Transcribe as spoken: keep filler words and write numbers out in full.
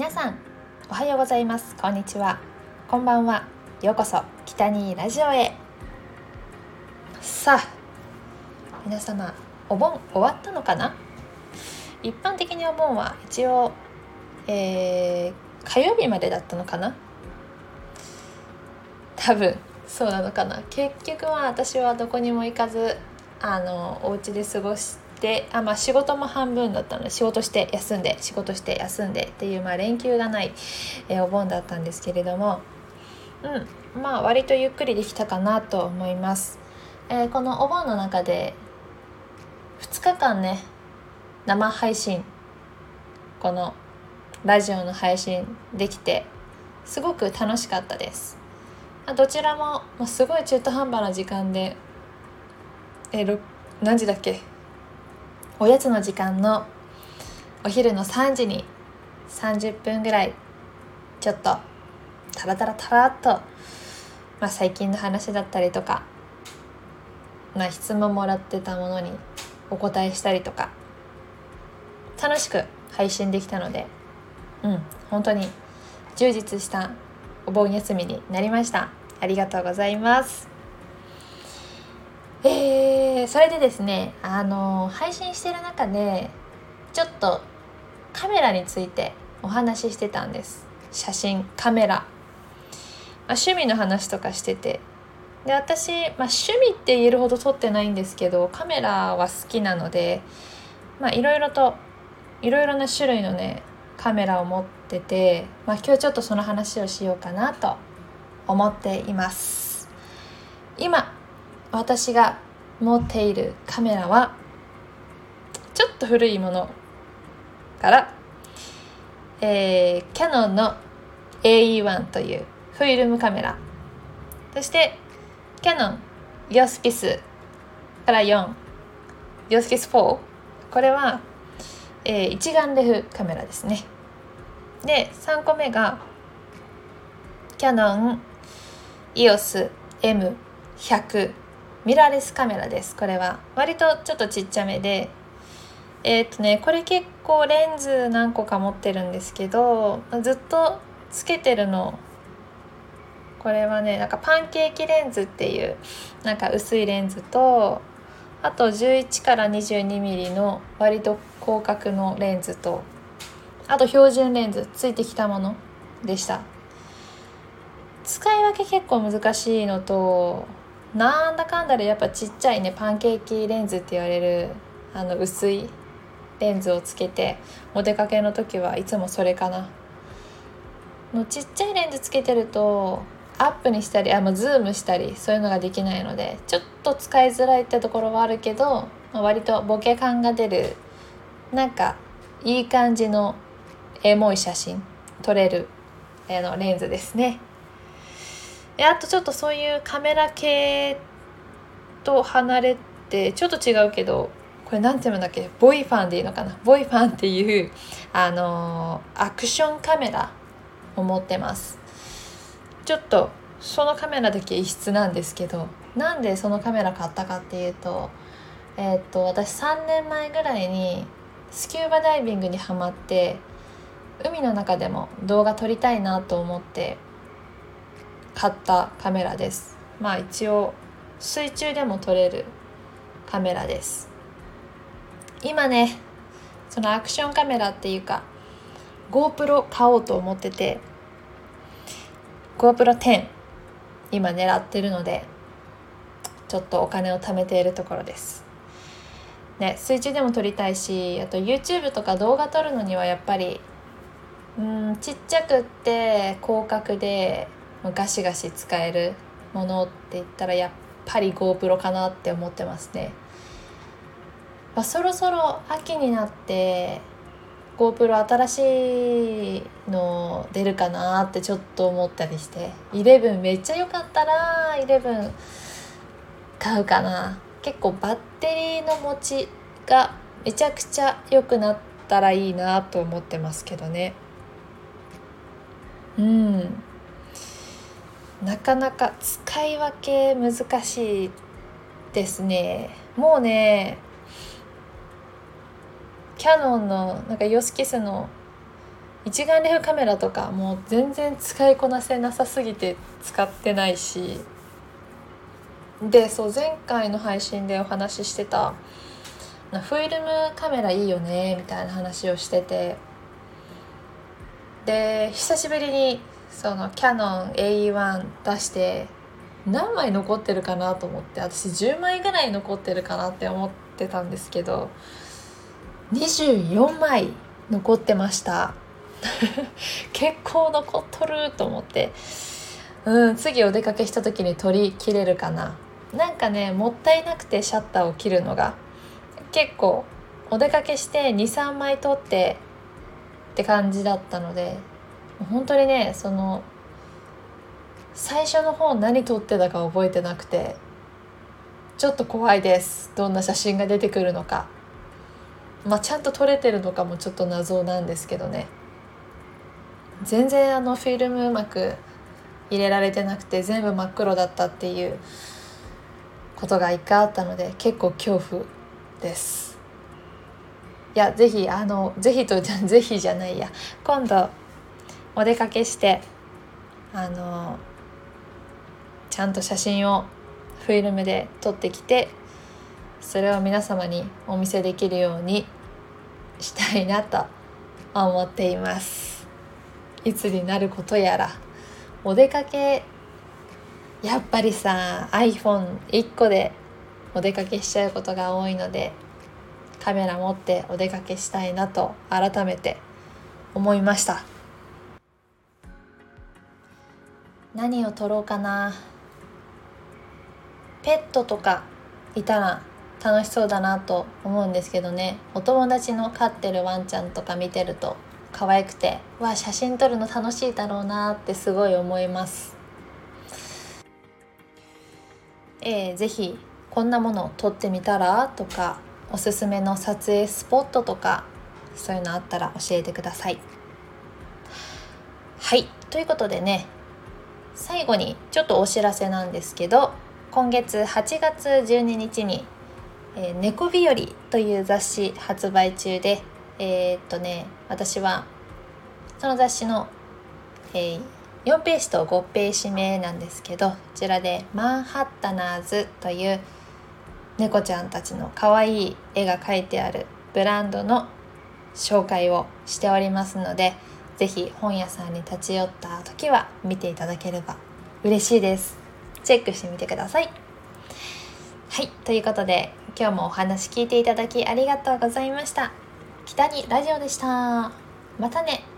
皆さんおはようございます。こんにちは、こんばんは。ようこそ北にラジオへ。さあ皆様、お盆終わったのかな。一般的にお盆は一応、えー、火曜日までだったのかな。多分そうなのかな。結局は私はどこにも行かず、あのお家で過ごしてあ、まあ、仕事も半分だったので、仕事して休んで仕事して休んでっていう、まあ、連休がない、えー、お盆だったんですけれども、うんまあ割とゆっくりできたかなと思います。えー、このお盆の中でふつかかんね、生配信、このラジオの配信できてすごく楽しかったです。どちらも、もうすごい中途半端な時間で、えー、何時だっけ、おやつの時間のお昼のさんじにさんじゅっぷんぐらいちょっとタラタラタラっと、まあ、最近の話だったりとか、まあ、質問もらってたものにお答えしたりとか楽しく配信できたので、うん本当に充実したお盆休みになりました。ありがとうございます。えー、それでですね、あの配信してる中でちょっとカメラについてお話ししてたんです。写真、カメラ、まあ、趣味の話とかしてて、で私、まあ、趣味って言えるほど撮ってないんですけど、カメラは好きなので、まあいろいろといろいろな種類のねカメラを持ってて、まあ、今日ちょっとその話をしようかなと思っています。今私が持っているカメラはちょっと古いものから、えー、キヤノンの エーイーワン というフィルムカメラ、そしてキヤノン イオスピス からよん、 イオスピスフォー、これは、えー、一眼レフカメラですね。でさんこめがキヤノン イオス エムひゃく ミラーレスカメラです。これは割とちょっとちっちゃめで、えー、っとねこれ結構レンズ何個か持ってるんですけど、ずっとつけてるの、これはねなんかパンケーキレンズっていうなんか薄いレンズと、あとじゅういちからにじゅうにミリの割と広角のレンズと、あと標準レンズついてきたものでした。使い分け結構難しいのと、なんだかんだでやっぱちっちゃいねパンケーキレンズって言われるあの薄いレンズをつけてお出かけの時はいつもそれかな。のちっちゃいレンズつけてるとアップにしたりあ、まあ、ズームしたりそういうのができないのでちょっと使いづらいってところはあるけど、まあ、割とボケ感が出る、なんかいい感じのエモい写真撮れるあのレンズですね。であとちょっとそういうカメラ系と離れてちょっと違うけど、これなんていうんだっけ、ボイファンでいいのかな、ボイファンっていうあのー、アクションカメラを持ってます。ちょっとそのカメラだけ異質なんですけど、なんでそのカメラ買ったかっていうと、えー、っと私さんねんまえぐらいにスキューバダイビングにハマって、海の中でも動画撮りたいなと思って買ったカメラです。まあ一応水中でも撮れるカメラです。今ねそのアクションカメラっていうか GoPro 買おうと思ってて、 ゴープロテン 今狙ってるのでちょっとお金を貯めているところですね。水中でも撮りたいし、あと YouTube とか動画撮るのにはやっぱりうんちっちゃくって広角でガシガシ使えるものって言ったらやっぱり GoPro かなって思ってますね。まあ、そろそろ秋になって GoPro 新しいの出るかなってちょっと思ったりして、じゅういちめっちゃ良かったらじゅういち買うかな。結構バッテリーの持ちがめちゃくちゃ良くなったらいいなと思ってますけどね。うんなかなか使い分け難しいですね。もうねキヤノンのなんかイオスキスの一眼レフカメラとかもう全然使いこなせなさすぎて使ってないし、でそう前回の配信でお話ししてたフィルムカメラいいよねみたいな話をしてて、で久しぶりにそのキヤノン エーイーワン 出して何枚残ってるかなと思って、私じゅうまいぐらい残ってるかなって思ってたんですけど、にじゅうよんまい残ってました結構残っとると思って、うん、次お出かけした時に撮り切れるかな。なんかねもったいなくてシャッターを切るのが結構お出かけしてにさんまい撮ってって感じだったので、本当にねその最初の方何撮ってたか覚えてなくてちょっと怖いです。どんな写真が出てくるのか、まあちゃんと撮れてるのかもちょっと謎なんですけどね。全然あのフィルムうまく入れられてなくて全部真っ黒だったっていうことが一回あったので結構恐怖です。いやぜひあのぜひとぜひじゃないや今度お出かけしてあのちゃんと写真をフィルムで撮ってきて、それを皆様にお見せできるようにしたいなと思っています。いつになることやら。お出かけやっぱりさ アイフォンいっこでお出かけしちゃうことが多いので、カメラ持ってお出かけしたいなと改めて思いました。何を撮ろうかな。ペットとかいたら楽しそうだなと思うんですけどね。お友達の飼ってるワンちゃんとか見てると可愛くて、わ写真撮るの楽しいだろうなってすごい思います。えー、ぜひこんなものを撮ってみたらとか、おすすめの撮影スポットとかそういうのあったら教えてください。はい、ということでね、最後にちょっとお知らせなんですけど、今月はちがつじゅうににちに、えー、猫日和という雑誌発売中で、えー、っとね私はその雑誌の、えー、よんページとごページ目なんですけど、こちらでマンハッタナーズという猫ちゃんたちの可愛い絵が描いてあるブランドの紹介をしておりますので、ぜひ本屋さんに立ち寄った時は見ていただければ嬉しいです。チェックしてみてください。はい、ということで今日もお話聞いていただきありがとうございました。北にラジオでした。またね。